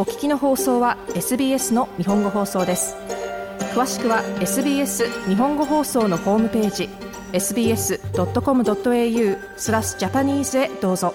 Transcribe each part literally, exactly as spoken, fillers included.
お聞きの放送は エスビーエス の日本語放送です。詳しくは エスビーエス 日本語放送のホームページ エスビーエスドットコムドットエーユー スラスジャパニーズへどうぞ。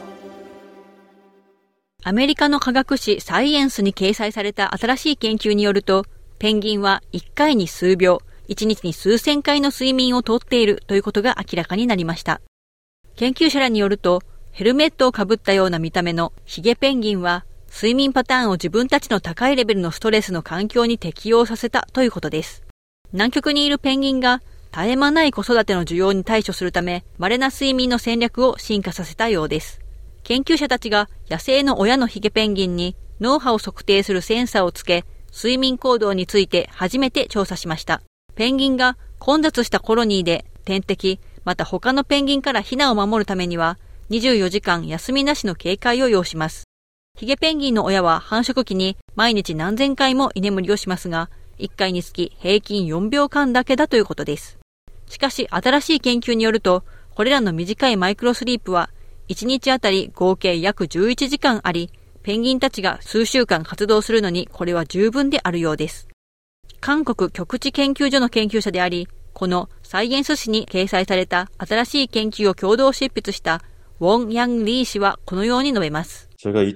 アメリカの科学誌サイエンスに掲載された新しい研究によると、ペンギンはいっかいに数秒、いちにちに数千回の睡眠をとっているということが明らかになりました。研究者らによると、ヘルメットをかぶったような見た目のヒゲペンギンは、睡眠パターンを自分たちの高いレベルのストレスの環境に適応させたということです。南極にいるペンギンが絶え間ない子育ての需要に対処するため、稀な睡眠の戦略を進化させたようです。研究者たちが野生の親のヒゲペンギンに脳波を測定するセンサーをつけ、睡眠行動について初めて調査しました。ペンギンが混雑したコロニーで天敵、また他のペンギンからヒナを守るためには、にじゅうよじかん休みなしの警戒を要します。ヒゲペンギンの親は繁殖期に毎日何千回も居眠りをしますが、いっかいにつき平均よんびょうかんだけだということです。しかし新しい研究によると、これらの短いマイクロスリープはいちにちあたり合計約じゅういちじかんあり、ペンギンたちが数週間活動するのにこれは十分であるようです。韓国極地研究所の研究者であり、このサイエンス誌に掲載された新しい研究を共同執筆したウォン・ヤン・リー氏はこのように述べます。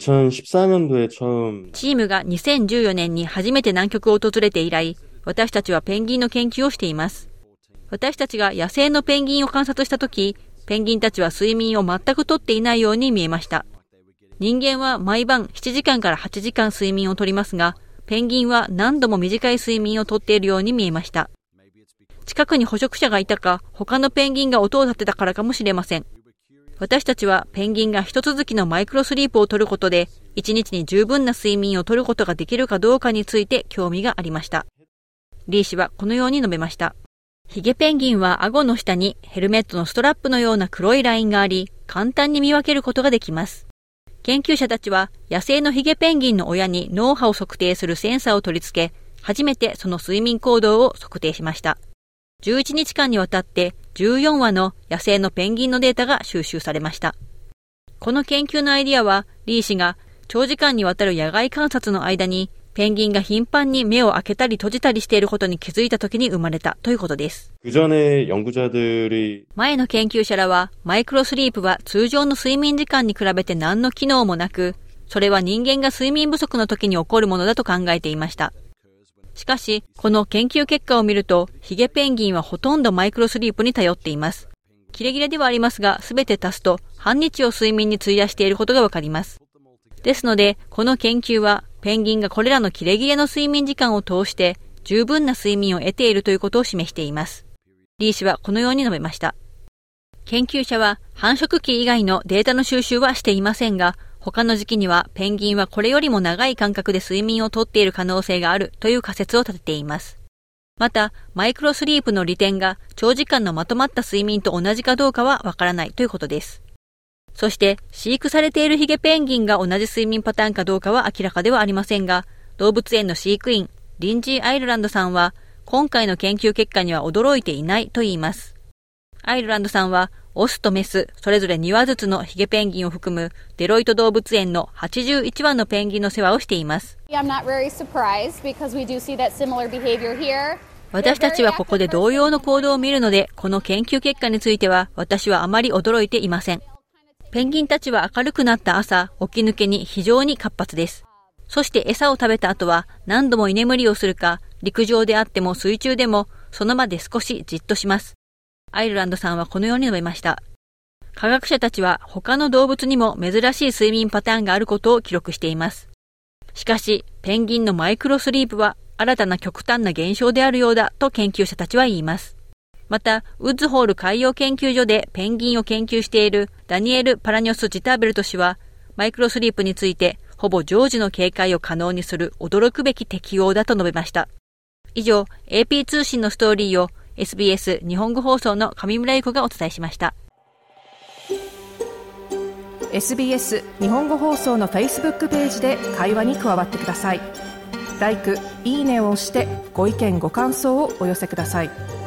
제가이천십사년도에처음 チームがにせんじゅうよねんに初めて南極を訪れて以来、私たちはペンギンの研究をしています。私たちが野生のペンギンを観察したとき、ペンギンたちは睡眠を全くとっていないように見えました。人間は毎晩しちじかんからはちじかん睡眠をとりますが、ペンギンは何度も短い睡眠をとっているように見えました。近くに捕食者がいたか、他のペンギンが音を立てたからかもしれません。私たちはペンギンが一続きのマイクロスリープを取ることで、いちにちに十分な睡眠を取ることができるかどうかについて興味がありました。リー氏はこのように述べました。ヒゲペンギンは顎の下にヘルメットのストラップのような黒いラインがあり、簡単に見分けることができます。研究者たちは野生のヒゲペンギンの親に脳波を測定するセンサーを取り付け、初めてその睡眠行動を測定しました。じゅういちにちかんにわたってじゅうよんわの野生のペンギンのデータが収集されました。この研究のアイディアは、リー氏が長時間にわたる野外観察の間にペンギンが頻繁に目を開けたり閉じたりしていることに気づいたときに生まれたということです。 그전에연구자들이 前の研究者らは、マイクロスリープは通常の睡眠時間に比べて何の機能もなく、それは人間が睡眠不足の時に起こるものだと考えていました。しかし、この研究結果を見ると、ヒゲペンギンはほとんどマイクロスリープに頼っています。キレキレではありますが、すべて足すと半日を睡眠に費やしていることがわかります。ですので、この研究は、ペンギンがこれらのキレキレの睡眠時間を通して、十分な睡眠を得ているということを示しています。リー氏はこのように述べました。研究者は、繁殖期以外のデータの収集はしていませんが、他の時期にはペンギンはこれよりも長い間隔で睡眠をとっている可能性があるという仮説を立てています。また、マイクロスリープの利点が長時間のまとまった睡眠と同じかどうかはわからないということです。そして、飼育されているヒゲペンギンが同じ睡眠パターンかどうかは明らかではありませんが、動物園の飼育員、リンジー・アイルランドさんは、今回の研究結果には驚いていないと言います。アイルランドさんは、オスとメス、それぞれにわずつのヒゲペンギンを含むデロイト動物園のはちじゅういちわのペンギンの世話をしています。私たちはここで同様の行動を見るので、この研究結果については私はあまり驚いていません。ペンギンたちは明るくなった朝、起き抜けに非常に活発です。そして餌を食べた後は何度も居眠りをするか、陸上であっても水中でもその場で少しじっとします。アイルランドさんはこのように述べました。科学者たちは他の動物にも珍しい睡眠パターンがあることを記録しています。しかし、ペンギンのマイクロスリープは新たな極端な現象であるようだと研究者たちは言います。また、ウッズホール海洋研究所でペンギンを研究しているダニエル・パラニョス・ジターベルト氏は、マイクロスリープについてほぼ常時の警戒を可能にする驚くべき適用だと述べました。以上、エーピー 通信のストーリーをエスビーエス 日本語放送の上村ゆ子がお伝えしました。 エスビーエス 日本語放送の Facebook ページで会話に加わってください。ライク、いいねを押してご意見ご感想をお寄せください。